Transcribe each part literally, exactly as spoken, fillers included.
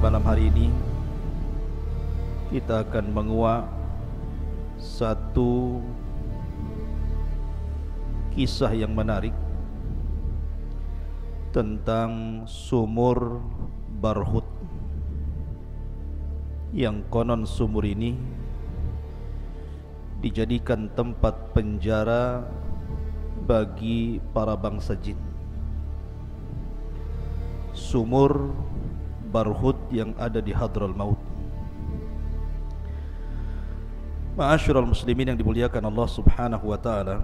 malam hari ini kita akan menguak satu kisah yang menarik tentang sumur Barhut, yang konon sumur ini dijadikan tempat penjara bagi para bangsa jin. Sumur Barhut yang ada di Hadral Maut. Ma'asyiral muslimin yang dimuliakan Allah Subhanahu wa taala,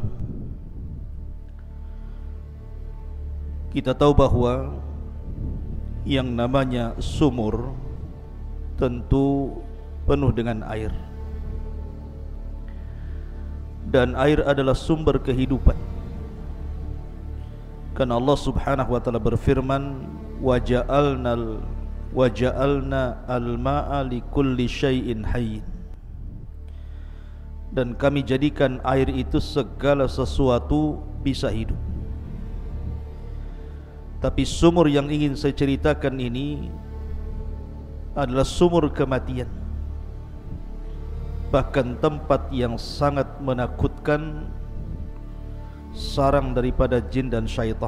kita tahu bahwa yang namanya sumur tentu penuh dengan air, dan air adalah sumber kehidupan. Karena Allah Subhanahu wa taala berfirman, wa ja'alnal wa ja'alna al-ma'a likulli syai'in hayyin, dan kami jadikan air itu segala sesuatu bisa hidup. Tapi sumur yang ingin saya ceritakan ini adalah sumur kematian, bahkan tempat yang sangat menakutkan, sarang daripada jin dan syaitan.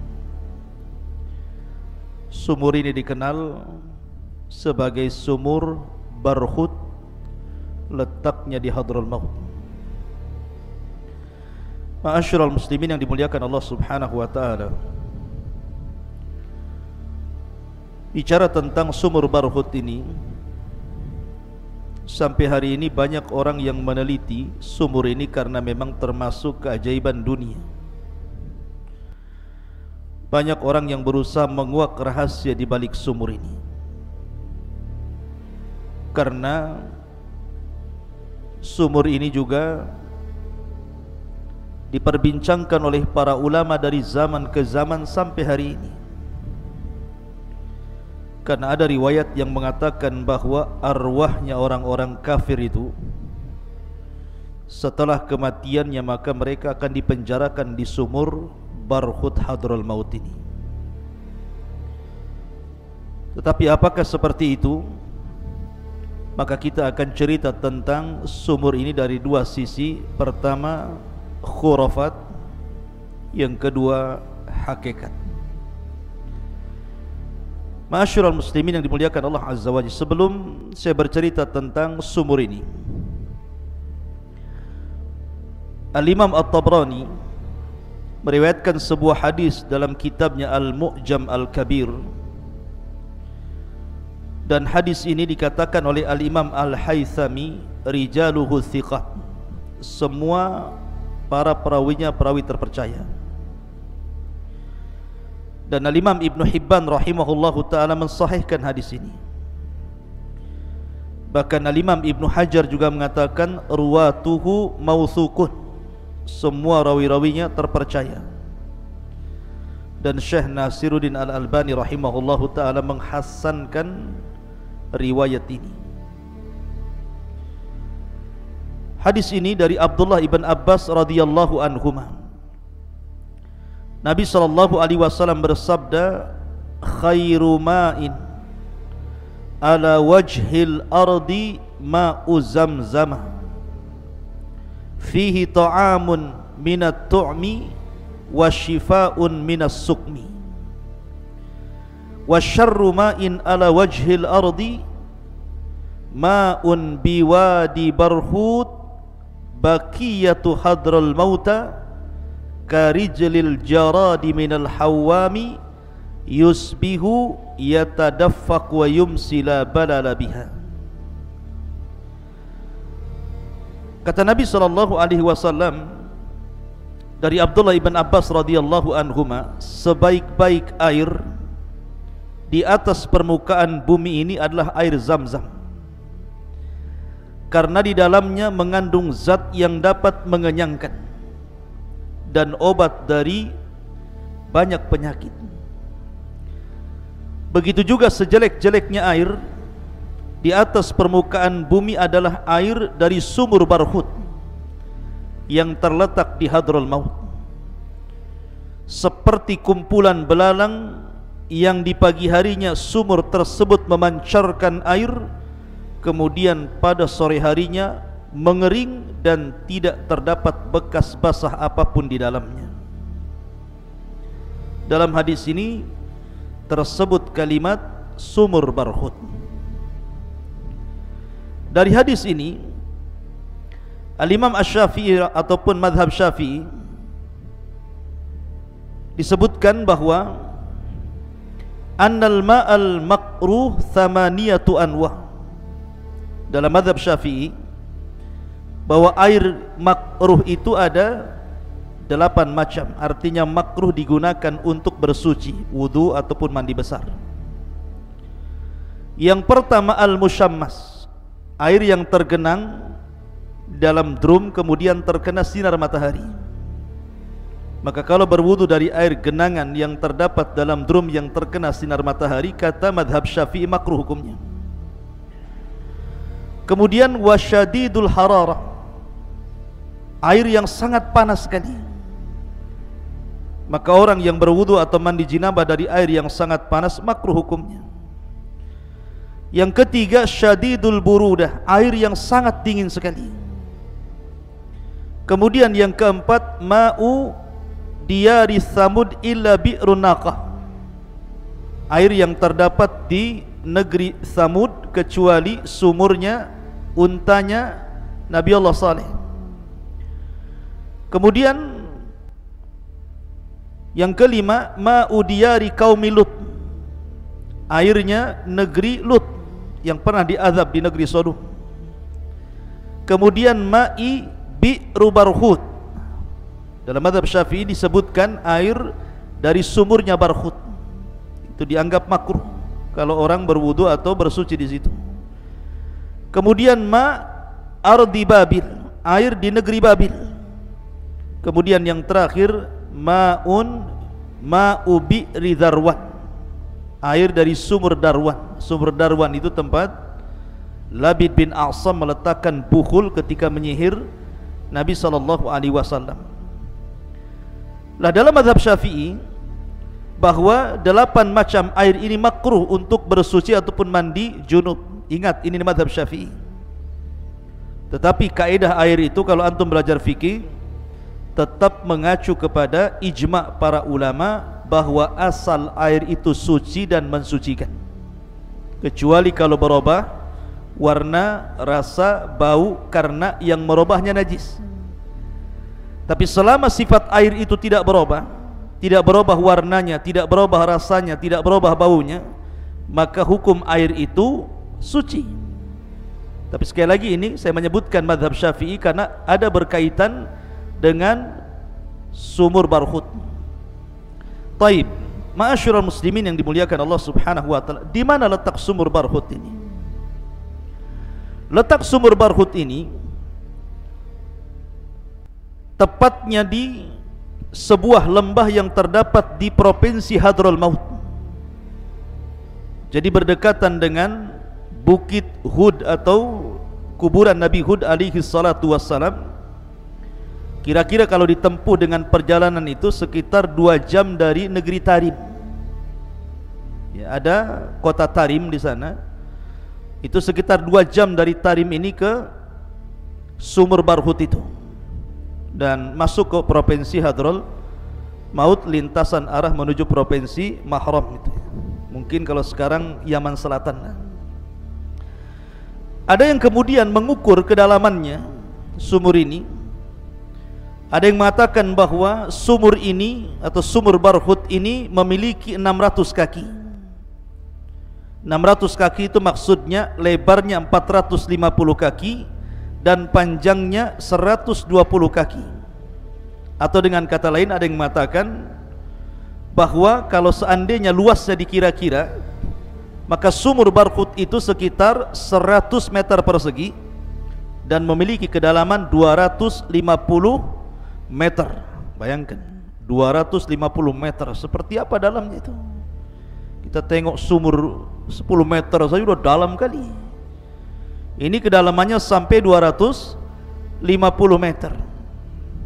Sumur ini dikenal sebagai sumur Barhut, letaknya di Hadral Maut. Ma'asyiral muslimin yang dimuliakan Allah Subhanahu wa taala, bicara tentang sumur Barhut ini, sampai hari ini banyak orang yang meneliti sumur ini karena memang termasuk keajaiban dunia. Banyak orang yang berusaha menguak rahasia di balik sumur ini, karena sumur ini juga diperbincangkan oleh para ulama dari zaman ke zaman sampai hari ini. Karena ada riwayat yang mengatakan bahwa arwahnya orang-orang kafir itu setelah kematiannya maka mereka akan dipenjarakan di sumur Barhut Hadral Maut ini. Tetapi apakah seperti itu? Maka kita akan cerita tentang sumur ini dari dua sisi. Pertama, khurafat, yang kedua, hakikat. Ma'asyiral muslimin yang dimuliakan Allah Azza wa Jalla, sebelum saya bercerita tentang sumur ini, Al-Imam At-Tabrani meriwayatkan sebuah hadis dalam kitabnya Al-Mu'jam Al-Kabir, dan hadis ini dikatakan oleh Al-Imam Al-Haythami, rijaluhu thiqat, semua para perawinya perawi terpercaya. Dan Al-Imam Ibn Hibban rahimahullahu ta'ala mensahihkan hadis ini. Bahkan Al-Imam Ibn Hajar juga mengatakan ruwatuhu mauthukun, semua rawi-rawinya terpercaya. Dan Syekh Nasiruddin Al-Albani rahimahullahu ta'ala menghasankan riwayat ini. Hadis ini dari Abdullah ibn Abbas radhiyallahu anhuma. Nabi sallallahu alaihi wasallam bersabda, khairu ma'in ala wajhil ardi ma'u zamzamah fihi ta'amun minat tu'mi wa shifa'un minas sukmi wa syarru ma'in ala wajhil ardi ma'un biwadi Barhut baqiyatu hadral mauta karijlil jaradi minal hawami yusbihu yatadaffaq wa yumsi la balala biha. Kata Nabi sallallahu alaihi wasallam dari Abdullah ibn Abbas radhiyallahu anhuma, sebaik-baik air di atas permukaan bumi ini adalah air Zam-Zam, karena di dalamnya mengandung zat yang dapat mengenyangkan dan obat dari banyak penyakit. Begitu juga sejelek-jeleknya air di atas permukaan bumi adalah air dari sumur Barhut yang terletak di Hadral Maut. Seperti kumpulan belalang yang di pagi harinya sumur tersebut memancarkan air, kemudian pada sore harinya mengering dan tidak terdapat bekas basah apapun di dalamnya. Dalam hadis ini tersebut kalimat sumur barhut. Dari hadis ini Al-Imam Asy-Syafi'i ataupun madhab Syafi'i disebutkan bahwa annal ma'al makruh thamaniyatu anwa. Dalam madhab Syafi'i bahwa air makruh itu ada delapan macam. Artinya makruh digunakan untuk bersuci, wudu ataupun mandi besar. Yang pertama al-musyammas, air yang tergenang dalam drum kemudian terkena sinar matahari. Maka kalau berwudu dari air genangan yang terdapat dalam drum yang terkena sinar matahari, kata madhab Syafi'i makruh hukumnya. Kemudian wasyadidul hararah, air yang sangat panas sekali. Maka orang yang berwudu atau mandi jinabah dari air yang sangat panas makruh hukumnya. Yang ketiga syadidul burudah, air yang sangat dingin sekali. Kemudian yang keempat ma'u diyari Thamud illa bi'run naqah, air yang terdapat di negeri Thamud kecuali sumurnya untanya Nabi Allah Saleh. Kemudian yang kelima ma'u diyari qaumi Lut, airnya negeri Lut yang pernah diazab di negeri Sodom. Kemudian ma'i bi'ru barhut, dalam mazhab Syafi'i disebutkan air dari sumurnya Barhut. Itu dianggap makruh kalau orang berwudu atau bersuci di situ. Kemudian ma ardi Babil, air di negeri Babil. Kemudian yang terakhir maun ma'u bi'ri Darwan, air dari sumur Darwan. Sumur Darwan itu tempat Labid bin A'sam meletakkan bukhul ketika menyihir Nabi sallallahu alaihi wasallam. Lah dalam mazhab Syafi'i bahwa delapan macam air ini makruh untuk bersuci ataupun mandi junub. Ingat, ini mazhab Syafi'i. Tetapi kaidah air itu kalau antum belajar fikih tetap mengacu kepada ijma' para ulama bahwa asal air itu suci dan mensucikan, kecuali kalau berubah warna, rasa, bau karena yang merubahnya najis. Tapi selama sifat air itu tidak berubah, tidak berubah warnanya, tidak berubah rasanya, tidak berubah baunya, maka hukum air itu suci. Tapi sekali lagi ini saya menyebutkan mazhab Syafi'i karena ada berkaitan dengan sumur Barhut. Taib, ma'asyiral muslimin yang dimuliakan Allah Subhanahu wa taala, di mana letak sumur Barhut ini? Letak sumur Barhut ini tepatnya di sebuah lembah yang terdapat di provinsi Hadrul Maut. Jadi berdekatan dengan Bukit Hud atau kuburan Nabi Hud alaihi salatu wassalam. Kira-kira kalau ditempuh dengan perjalanan itu sekitar dua jam dari negeri Tarim. Ya, ada kota Tarim di sana. Itu sekitar dua jam dari Tarim ini ke sumur Barhut itu, dan masuk ke provinsi Hadrul Maut, lintasan arah menuju provinsi Mahram itu. Mungkin kalau sekarang Yaman Selatan. Ada yang kemudian mengukur kedalamannya sumur ini. Ada yang mengatakan bahwa sumur ini atau sumur Barhut ini memiliki enam ratus kaki. enam ratus kaki itu maksudnya lebarnya empat ratus lima puluh kaki dan panjangnya seratus dua puluh kaki. Atau dengan kata lain ada yang mengatakan bahwa kalau seandainya luasnya dikira-kira, maka sumur Barhut itu sekitar seratus meter persegi dan memiliki kedalaman dua ratus lima puluh meter. Bayangkan, dua ratus lima puluh meter, seperti apa dalamnya itu? Kita tengok sumur sepuluh meter saja sudah dalam kali. Ini kedalamannya sampai dua ratus lima puluh meter.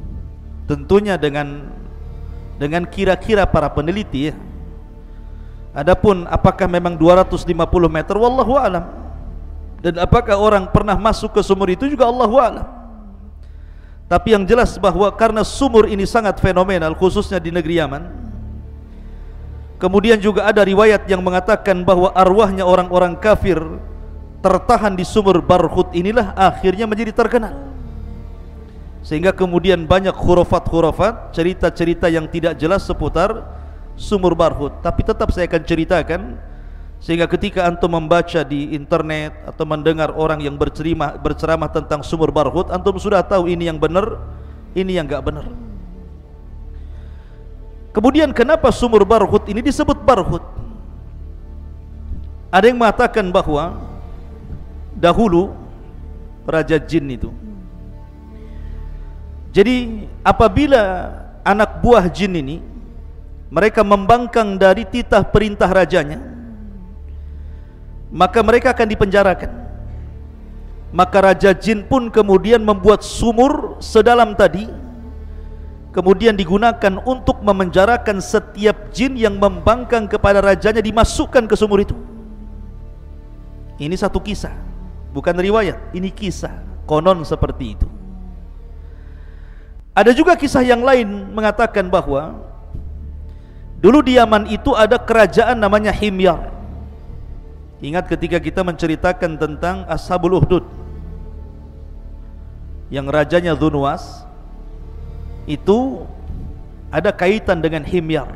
Tentunya dengan dengan kira-kira para peneliti ya. Adapun apakah memang dua ratus lima puluh meter, wallahu alam. Dan apakah orang pernah masuk ke sumur itu juga allahu alam. Tapi yang jelas bahwa karena sumur ini sangat fenomenal, khususnya di negeri Yaman. Kemudian juga ada riwayat yang mengatakan bahwa arwahnya orang-orang kafir tertahan di sumur Barhut inilah akhirnya menjadi terkenal. Sehingga kemudian banyak khurafat-khurafat, cerita-cerita yang tidak jelas seputar sumur Barhut. Tapi tetap saya akan ceritakan, sehingga ketika antum membaca di internet atau mendengar orang yang berceramah, berceramah tentang sumur Barhut, antum sudah tahu ini yang benar, ini yang enggak benar. Kemudian kenapa sumur Barhut ini disebut Barhut? Ada yang mengatakan bahwa dahulu Raja Jin itu, jadi apabila anak buah jin ini mereka membangkang dari titah perintah rajanya, maka mereka akan dipenjarakan. Maka Raja Jin pun kemudian membuat sumur sedalam tadi, kemudian digunakan untuk memenjarakan setiap jin yang membangkang kepada rajanya, dimasukkan ke sumur itu. Ini satu kisah, bukan riwayat, ini kisah, konon seperti itu. Ada juga kisah yang lain mengatakan bahwa dulu di Yaman itu ada kerajaan namanya Himyar. Ingat ketika kita menceritakan tentang Ashabul Ukhdud, yang rajanya Dzunwas, itu ada kaitan dengan Himyar.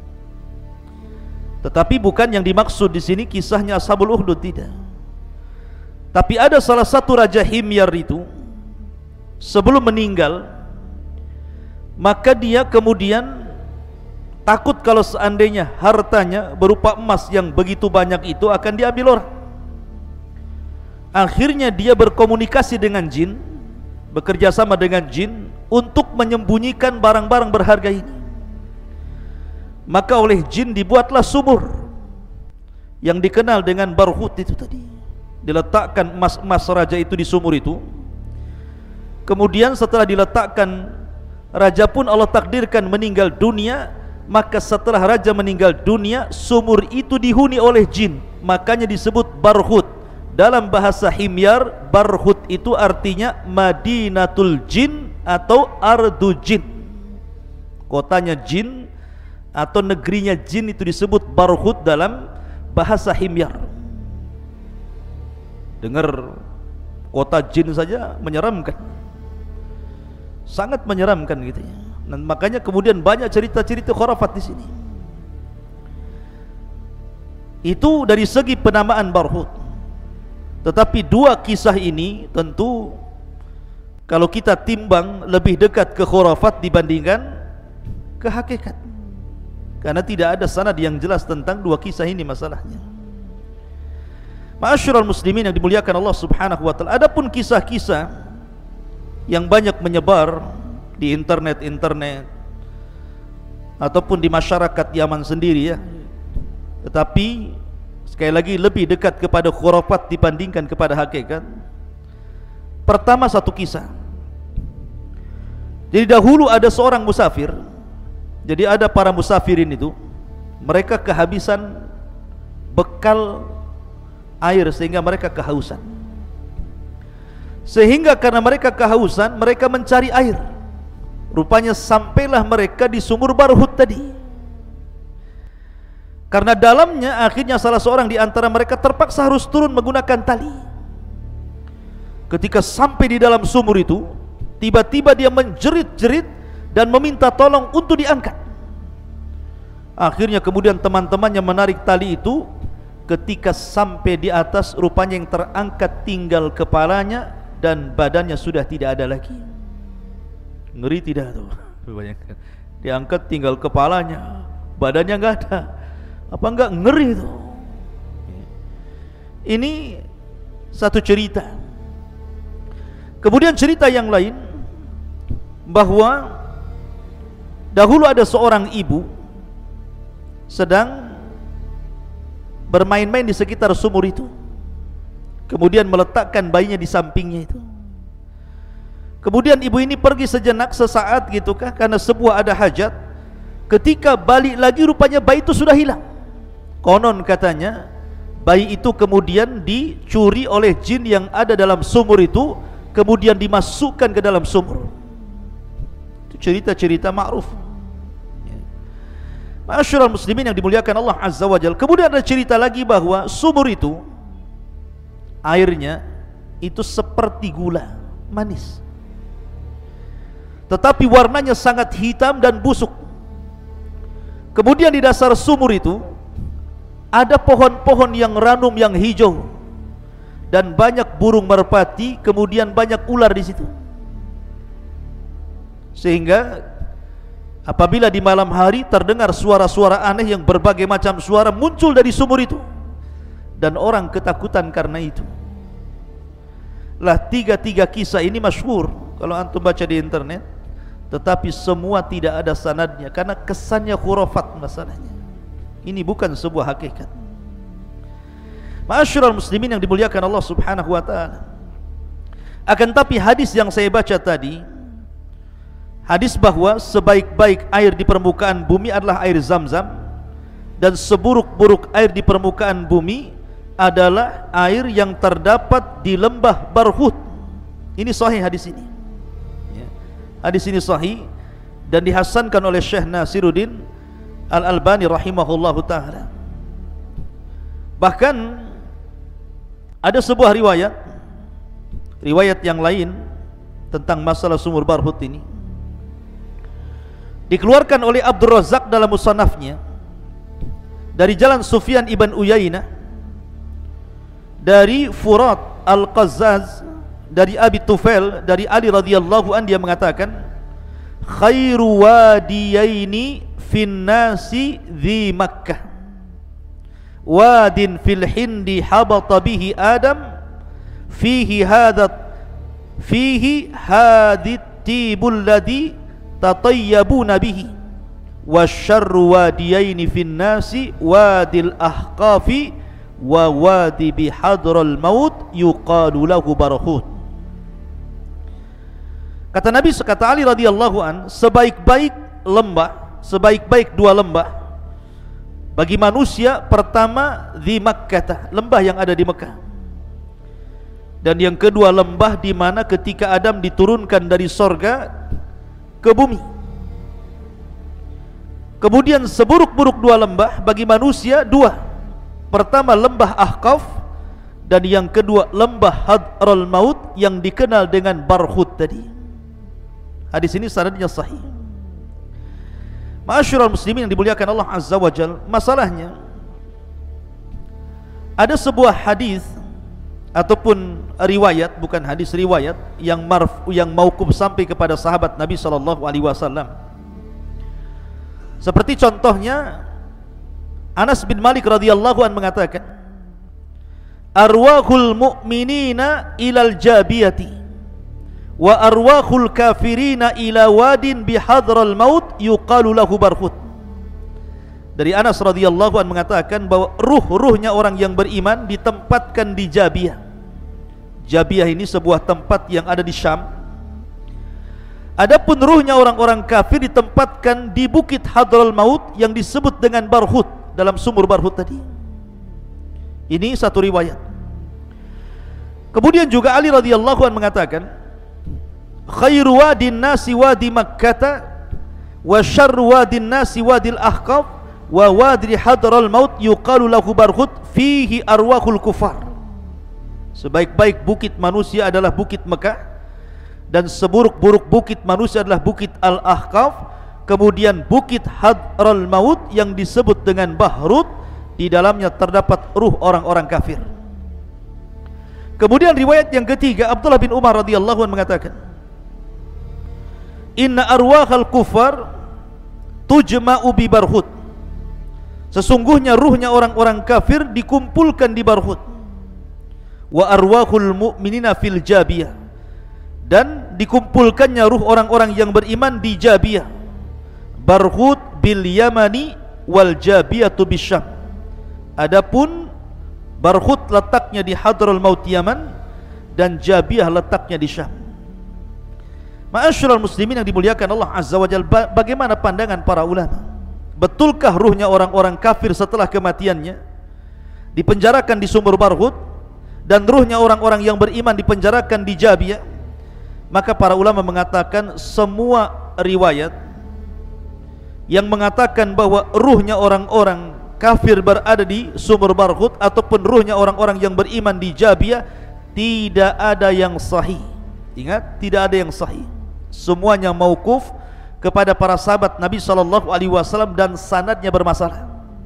Tetapi bukan yang dimaksud di sini kisahnya Ashabul Ukhdud, tidak. Tapi ada salah satu raja Himyar itu sebelum meninggal, maka dia kemudian takut kalau seandainya hartanya berupa emas yang begitu banyak itu akan diambil orang. Akhirnya dia berkomunikasi dengan jin, bekerja sama dengan jin untuk menyembunyikan barang-barang berharga ini. Maka oleh jin dibuatlah sumur yang dikenal dengan Barhut itu tadi. Diletakkan emas-emas raja itu di sumur itu. Kemudian setelah diletakkan, raja pun Allah takdirkan meninggal dunia. Maka setelah raja meninggal dunia, sumur itu dihuni oleh jin. Makanya disebut Barhut. Dalam bahasa Himyar, Barhut itu artinya Madinatul Jin atau Ardu Jin. Kotanya jin atau negerinya jin itu disebut Barhut dalam bahasa Himyar. Dengar kota jin saja menyeramkan, sangat menyeramkan gitu ya. Dan makanya kemudian banyak cerita-cerita khurafat di sini. Itu dari segi penamaan Barhut. Tetapi dua kisah ini tentu kalau kita timbang lebih dekat ke khurafat dibandingkan ke hakikat. Karena tidak ada sanad yang jelas tentang dua kisah ini masalahnya. Ma'asyiral muslimin yang dimuliakan Allah Subhanahu wa taala, adapun kisah-kisah yang banyak menyebar di internet-internet ataupun di masyarakat Yaman sendiri ya, tetapi sekali lagi lebih dekat kepada khurafat dibandingkan kepada hakikat. Pertama, satu kisah. Jadi dahulu ada seorang musafir. Jadi ada para musafirin itu, mereka kehabisan bekal air sehingga mereka kehausan. Sehingga karena mereka kehausan, mereka mencari air. Rupanya sampailah mereka di sumur Barhut tadi. Karena dalamnya akhirnya salah seorang di antara mereka terpaksa harus turun menggunakan tali. Ketika sampai di dalam sumur itu, tiba-tiba dia menjerit-jerit dan meminta tolong untuk diangkat. Akhirnya kemudian teman-temannya menarik tali itu. Ketika sampai di atas, rupanya yang terangkat tinggal kepalanya dan badannya sudah tidak ada lagi. Ngeri tidak tuh? Diangkat tinggal kepalanya, badannya nggak ada. Apa enggak ngeri tuh? Ini satu cerita. Kemudian cerita yang lain, bahwa dahulu ada seorang ibu sedang bermain-main di sekitar sumur itu. Kemudian meletakkan bayinya di sampingnya itu. Kemudian ibu ini pergi sejenak, sesaat gitu kah, karena sebuah ada hajat. Ketika balik lagi, rupanya bayi itu sudah hilang. Konon katanya bayi itu kemudian dicuri oleh jin yang ada dalam sumur itu, kemudian dimasukkan ke dalam sumur. Itu cerita-cerita ma'ruf. Ma'asyiral muslimin yang dimuliakan Allah Azza wa Jalla. Kemudian ada cerita lagi bahwa sumur itu airnya itu seperti gula manis, tetapi warnanya sangat hitam dan busuk. Kemudian di dasar sumur itu ada pohon-pohon yang ranum yang hijau dan banyak burung merpati, kemudian banyak ular di situ. Sehingga apabila di malam hari terdengar suara-suara aneh yang berbagai macam suara muncul dari sumur itu, dan orang ketakutan karena itu. Lah tiga-tiga kisah ini masyhur kalau antum baca di internet, tetapi semua tidak ada sanadnya karena kesannya khurafat masalahnya. Ini bukan sebuah hakikat. Ma'asyiral muslimin yang dimuliakan Allah Subhanahu wa taala. Akan tapi hadis yang saya baca tadi, hadis bahwa sebaik-baik air di permukaan bumi adalah air Zam-Zam, dan seburuk-buruk air di permukaan bumi adalah air yang terdapat di lembah Barhut. Ini sahih hadis ini. Ya. Hadis ini sahih dan dihasankan oleh Syekh Nasiruddin Al-Albani rahimahullahu taala. Bahkan ada sebuah riwayat, riwayat yang lain tentang masalah sumur Barhut ini, dikeluarkan oleh Abdul Razak dalam musannafnya dari jalan Sufyan ibn Uyainah, dari Furat Al-Qazzaz, dari Abi Tufail, dari Ali radhiyallahu an, dia mengatakan khairu wadiyaini fin nasi dhi Makkah, wadin fil hindi habata bihi Adam, fihi hadat fihi hadit tibul ladhi tatayyabuna bihi, wasyarru wadiyaini fin nasi wadil ahqafi wa wadi bihadral maut yuqalu lahu Barhut. Kata Nabi, kata Ali radhiyallahu an, sebaik-baik lembah, sebaik-baik dua lembah bagi manusia, pertama di Makkah, lembah yang ada di Mekah, dan yang kedua lembah di mana ketika Adam diturunkan dari sorga ke bumi. Kemudian seburuk-buruk dua lembah bagi manusia, dua, pertama lembah Ahqaf, dan yang kedua lembah Hadral Maut yang dikenal dengan Barhut tadi. Hadis ini sanadnya sahih. Ma'asyiral muslimin yang dimuliakan Allah Azza wa Jalla, masalahnya ada sebuah hadis ataupun riwayat, bukan hadis, riwayat yang marf, yang mauquf sampai kepada sahabat Nabi sallallahu alaihi wasallam. Seperti contohnya Anas bin Malik radhiyallahu an mengatakan, arwahul mu'minina ilal jabiyati wa arwahul kafirina ila wadin bihadral maut yuqalu lahu Barhut. Dari Anas radhiyallahu an mengatakan bahwa ruh-ruhnya orang yang beriman ditempatkan di Jabiyah. Jabiyah ini sebuah tempat yang ada di Syam. Adapun ruhnya orang-orang kafir ditempatkan di bukit Hadral Maut yang disebut dengan Barhut, dalam sumur Barhut tadi. Ini satu riwayat. Kemudian juga Ali radhiyallahu an mengatakan, khairu wadin nasi wadi Makkah wa syarru wadin nasi wadil Ahqaf wa wadi Hadral Maut yuqalu lahu Barhut fihi arwahul kufar. Sebaik-baik bukit manusia adalah bukit Mekah, dan seburuk-buruk bukit manusia adalah bukit Al-Ahqaf. Kemudian bukit Hadral Maut yang disebut dengan Barhut, di dalamnya terdapat ruh orang-orang kafir. Kemudian riwayat yang ketiga, Abdullah bin Umar radhiyallahu anhu mengatakan, inna arwahal kufar tujma'u bi Barhut. Sesungguhnya ruhnya orang-orang kafir dikumpulkan di Barhut. Wa arwahul mu'minina fil Jabiyah, dan dikumpulkannya ruh orang-orang yang beriman di Jabiyah. Barhut bil Yamani wal Jabiyatu bisyam. Adapun Barhut letaknya di Hadral Maut Yaman, dan Jabiyah letaknya di Syam. Ma'asyiral muslimin yang dimuliakan Allah Azza wa Jalla, bagaimana pandangan para ulama betulkah ruhnya orang-orang kafir setelah kematiannya dipenjarakan di sumur Barhut, dan ruhnya orang-orang yang beriman dipenjarakan di Jabiyah? Maka para ulama mengatakan semua riwayat yang mengatakan bahwa ruhnya orang-orang kafir berada di sumur Barhut ataupun ruhnya orang-orang yang beriman di Jabiyah, tidak ada yang sahih. Ingat, tidak ada yang sahih. Semuanya mauquf kepada para sahabat Nabi sallallahu alaihi wasallam dan sanadnya bermasalah.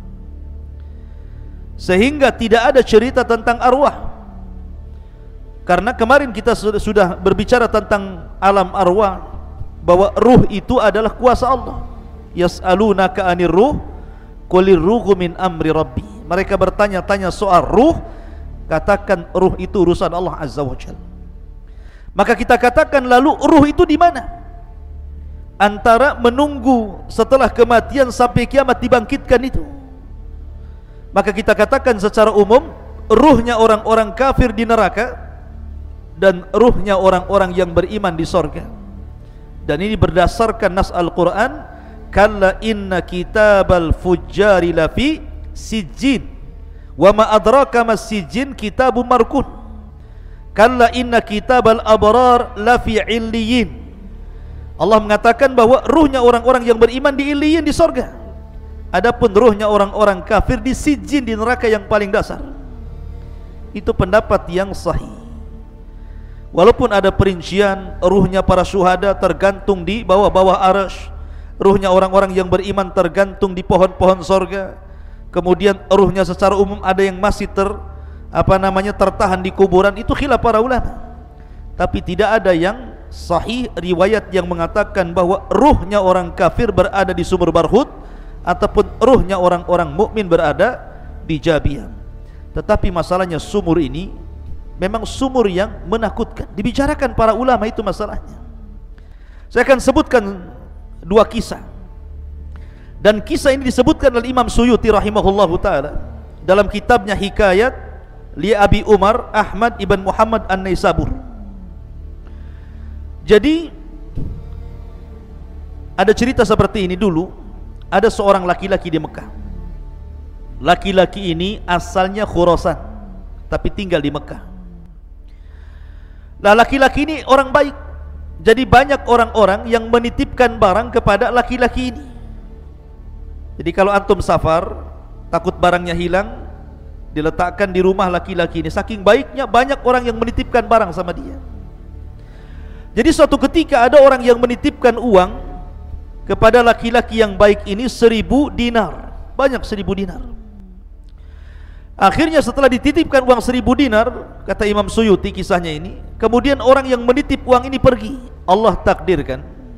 Sehingga tidak ada cerita tentang arwah. Karena kemarin kita sudah berbicara tentang alam arwah, bahwa ruh itu adalah kuasa Allah. Yas'alunaka 'anir ruh qulir ruhu min amri rabbi. Mereka bertanya-tanya soal ruh, katakan ruh itu urusan Allah Azza wa Jalla. Maka kita katakan, lalu ruh itu di mana? Antara menunggu setelah kematian sampai kiamat dibangkitkan itu. Maka kita katakan secara umum, ruhnya orang-orang kafir di neraka dan ruhnya orang-orang yang beriman di sorga. Dan ini berdasarkan nas Al-Quran, kalla inna kitabal fujjari lafi sijjin wa ma adraka mas sijjin kitabun markun. Kalla inna kitabal abrar lafi illiyin. Allah mengatakan bahwa ruhnya orang-orang yang beriman di illiyin, di sorga. Adapun ruhnya orang-orang kafir di sijjin, di neraka yang paling dasar. Itu pendapat yang sahih. Walaupun ada perincian, ruhnya para syuhada tergantung di bawah-bawah arasy, ruhnya orang-orang yang beriman tergantung di pohon-pohon sorga. Kemudian ruhnya secara umum ada yang masih ter apa namanya tertahan di kuburan. Itu khilaf para ulama. Tapi tidak ada yang sahih riwayat yang mengatakan bahwa ruhnya orang kafir berada di sumur Barhut ataupun ruhnya orang-orang mukmin berada di Jabiyah. Tetapi masalahnya sumur ini memang sumur yang menakutkan. Dibicarakan para ulama itu masalahnya. Saya akan sebutkan dua kisah. Dan kisah ini disebutkan oleh Imam Suyuti rahimahullahu taala dalam kitabnya Hikayat li Abi Umar Ahmad ibn Muhammad An-Naisabur. Jadi ada cerita seperti ini dulu. Ada seorang laki-laki di Mekah. Laki-laki ini asalnya Khurasan, tapi tinggal di Mekah. Nah, laki-laki ini orang baik. Jadi banyak orang-orang yang menitipkan barang kepada laki-laki ini. Jadi kalau antum safar, takut barangnya hilang, diletakkan di rumah laki-laki ini. Saking baiknya, banyak orang yang menitipkan barang sama dia. Jadi suatu ketika ada orang yang menitipkan uang kepada laki-laki yang baik ini seribu dinar. Banyak seribu dinar. Akhirnya setelah dititipkan uang seribu dinar, kata Imam Suyuti kisahnya ini, kemudian orang yang menitip uang ini pergi. Allah takdirkan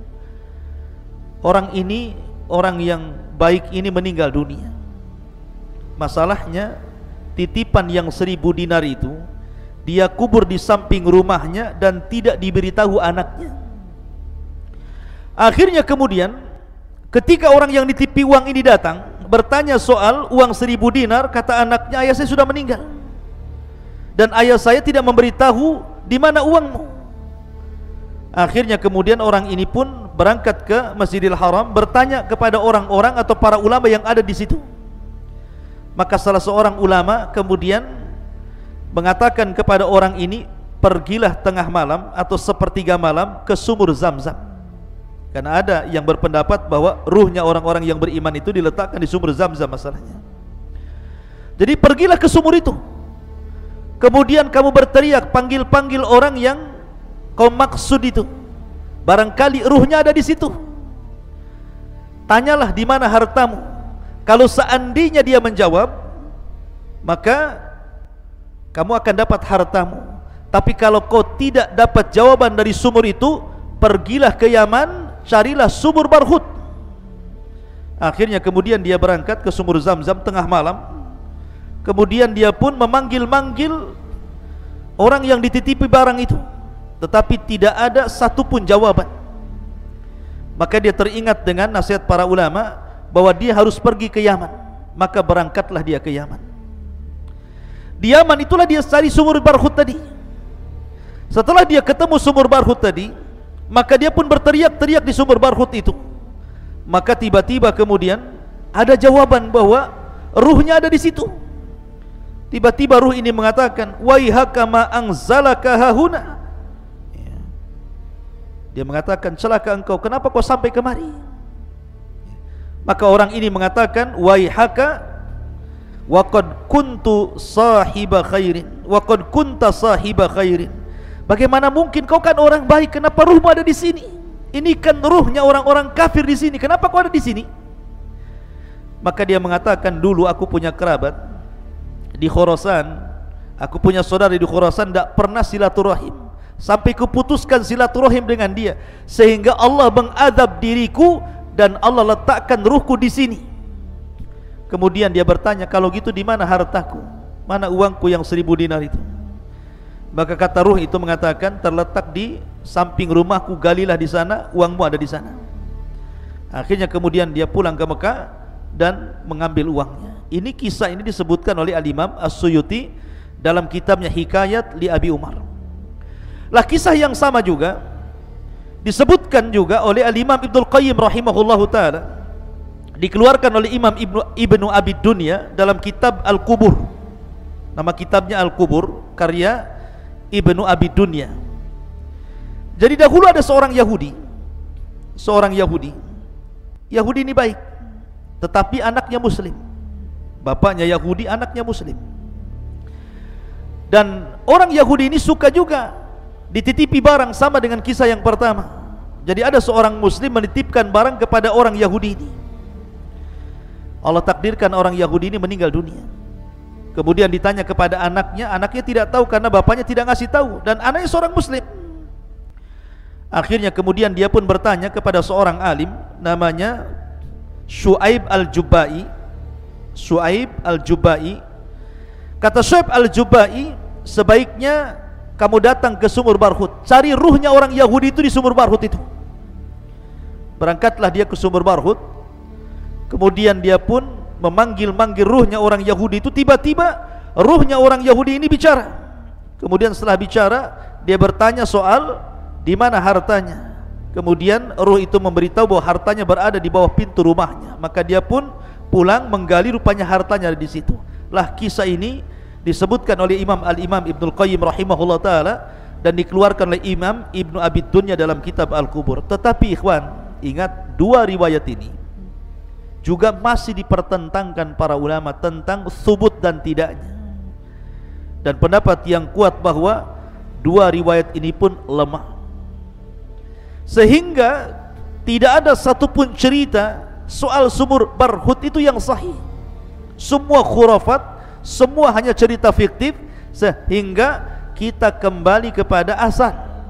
orang ini, orang yang baik ini meninggal dunia. Masalahnya titipan yang seribu dinar itu dia kubur di samping rumahnya dan tidak diberitahu anaknya. Akhirnya kemudian ketika orang yang ditipi uang ini datang bertanya soal uang seribu dinar, kata anaknya, ayah saya sudah meninggal dan ayah saya tidak memberitahu di mana uangmu. Akhirnya kemudian orang ini pun berangkat ke Masjidil Haram, bertanya kepada orang-orang atau para ulama yang ada di situ. Maka salah seorang ulama kemudian mengatakan kepada orang ini, pergilah tengah malam atau sepertiga malam ke sumur Zam-Zam. Karena ada yang berpendapat bahwa ruhnya orang-orang yang beriman itu diletakkan di sumur Zam-Zam masalahnya. Jadi pergilah ke sumur itu. Kemudian kamu berteriak, panggil-panggil orang yang kau maksud itu. Barangkali ruhnya ada di situ. Tanyalah di mana hartamu. Kalau seandainya dia menjawab, maka kamu akan dapat hartamu. Tapi kalau kau tidak dapat jawaban dari sumur itu, pergilah ke Yaman, carilah sumur Barhut. Akhirnya kemudian dia berangkat ke sumur Zam-Zam tengah malam. Kemudian dia pun memanggil-manggil orang yang dititipi barang itu, tetapi tidak ada satupun jawaban. Maka dia teringat dengan nasihat para ulama bahwa dia harus pergi ke Yaman. Maka berangkatlah dia ke Yaman. Di Yaman itulah dia cari sumur Barhut tadi. Setelah dia ketemu sumur Barhut tadi, maka dia pun berteriak-teriak di sumur Barhut itu. Maka tiba-tiba kemudian ada jawaban bahwa ruhnya ada di situ. Tiba-tiba ruh ini mengatakan, waihaka ma anzalaka hahuna. Dia mengatakan, celaka engkau, kenapa kau sampai kemari? Maka orang ini mengatakan, waihaka wa qad kuntu sahiba khairin wa qad kunta sahiba khairin. Bagaimana mungkin, kau kan orang baik, kenapa ruhmu ada di sini? Ini kan ruhnya orang-orang kafir di sini, kenapa kau ada di sini? Maka dia mengatakan, dulu aku punya kerabat di Khurasan, aku punya saudara di Khurasan, tidak pernah silaturahim, sampai kuputuskan silaturahim dengan dia, sehingga Allah mengadab diriku dan Allah letakkan ruhku di sini. Kemudian dia bertanya, kalau gitu di mana hartaku, mana uangku yang seribu dinar itu? Maka kata ruh itu mengatakan, terletak di samping rumahku, galilah di sana, uangmu ada di sana. Akhirnya kemudian dia pulang ke Mekah dan mengambil uangnya. Ini kisah ini disebutkan oleh Al-Imam As-Suyuti dalam kitabnya Hikayat li Abi Umar. Lah kisah yang sama juga disebutkan juga oleh Al-Imam Ibnul Qayyim rahimahullahu ta'ala, dikeluarkan oleh Imam Ibnu, Ibnu Abi Dunya dalam kitab Al-Qubur. Nama kitabnya Al-Qubur, karya Ibnu Abi Dunya. Jadi dahulu ada seorang Yahudi, seorang Yahudi. Yahudi ini baik, tetapi anaknya Muslim. Bapaknya Yahudi, anaknya Muslim. Dan orang Yahudi ini suka juga dititipi barang, sama dengan kisah yang pertama. Jadi ada seorang Muslim menitipkan barang kepada orang Yahudi ini. Allah takdirkan orang Yahudi ini meninggal dunia. Kemudian ditanya kepada anaknya, anaknya tidak tahu karena bapaknya tidak ngasih tahu, dan anaknya seorang Muslim. Akhirnya kemudian dia pun bertanya kepada seorang alim namanya Syuaib Al-Jubai. Syuaib Al-Jubai. Kata Syuaib Al-Jubai, sebaiknya kamu datang ke sumur Barhut, cari ruhnya orang Yahudi itu di sumur Barhut itu. Berangkatlah dia ke sumur Barhut. Kemudian dia pun memanggil-manggil ruhnya orang Yahudi itu. Tiba-tiba ruhnya orang Yahudi ini bicara. Kemudian setelah bicara, dia bertanya soal di mana hartanya. Kemudian ruh itu memberitahu bahwa hartanya berada di bawah pintu rumahnya. Maka dia pun pulang menggali, rupanya hartanya ada di situ. Lah kisah ini disebutkan oleh Imam Al-Imam Ibnul Qayyim rahimahullah ta'ala, dan dikeluarkan oleh Imam Ibnu Abi Dunya dalam kitab Al-Qubur. Tetapi ikhwan, ingat, dua riwayat ini juga masih dipertentangkan para ulama tentang subut dan tidaknya. Dan pendapat yang kuat bahwa dua riwayat ini pun lemah, sehingga tidak ada satupun cerita soal sumur Barhut itu yang sahih. Semua khurafat, semua hanya cerita fiktif, sehingga kita kembali kepada asal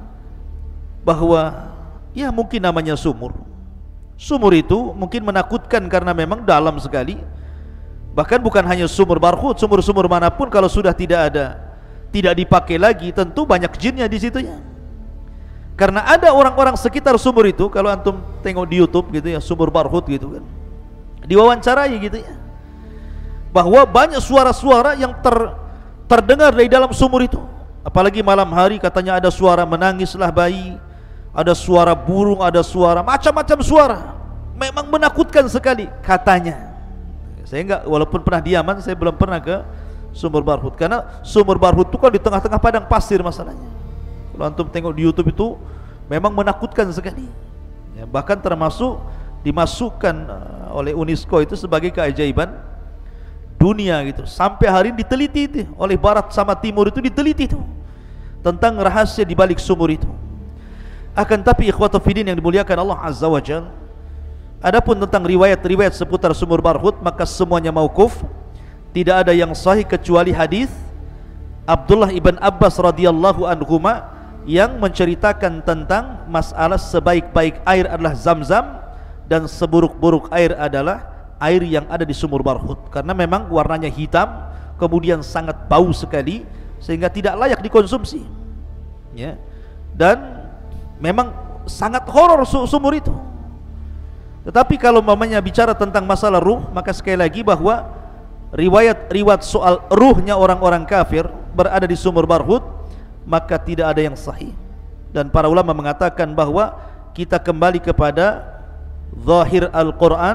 bahwa ya mungkin namanya sumur. Sumur itu mungkin menakutkan karena memang dalam sekali. Bahkan bukan hanya sumur Barhut, sumur-sumur manapun kalau sudah tidak ada, tidak dipakai lagi, tentu banyak jinnya di situnya. Karena ada orang-orang sekitar sumur itu, kalau antum tengok di YouTube gitu ya, sumur Barhut gitu kan, diwawancarai gitu ya, bahwa banyak suara-suara yang ter, terdengar dari dalam sumur itu. Apalagi malam hari, katanya ada suara menangislah bayi, ada suara burung, ada suara macam-macam suara. Memang menakutkan sekali katanya. Saya enggak, walaupun pernah di Yaman, saya belum pernah ke sumur Barhut, karena sumur Barhut itu kan di tengah-tengah padang pasir masalahnya. Kalau antum tengok di YouTube itu memang menakutkan sekali ya, bahkan termasuk dimasukkan uh, oleh UNESCO itu sebagai keajaiban dunia gitu. Sampai hari ini diteliti itu oleh Barat sama Timur, itu diteliti itu tentang rahasia di balik sumur itu. Akan tapi ikhwatu fiddin yang dimuliakan Allah Azza wa Jalla, adapun tentang riwayat-riwayat seputar sumur Barhut, maka semuanya mauquf, tidak ada yang sahih kecuali hadis Abdullah ibn Abbas radhiyallahu anhuma yang menceritakan tentang masalah sebaik-baik air adalah Zam-Zam dan seburuk-buruk air adalah air yang ada di sumur Barhut, karena memang warnanya hitam, kemudian sangat bau sekali sehingga tidak layak dikonsumsi ya. Dan memang sangat horor sumur itu. Tetapi kalau mamanya bicara tentang masalah ruh, maka sekali lagi bahwa riwayat-riwayat soal ruhnya orang-orang kafir berada di sumur Barhut, maka tidak ada yang sahih. Dan para ulama mengatakan bahwa kita kembali kepada zahir Al-Quran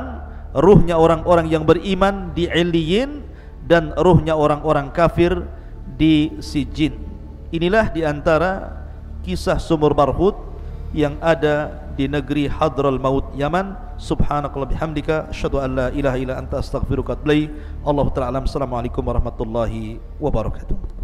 ruhnya orang-orang yang beriman di Illiyin dan ruhnya orang-orang kafir di Sijin. Inilah diantara kisah sumur Barhut yang ada di negeri Hadral Maut Yaman. Subhanakallah bihamdika asyhadu an la ilaha illa anta astaghfiruka wa atubu ilaik. Allahu ta'ala alam. Assalamualaikum warahmatullahi wabarakatuh.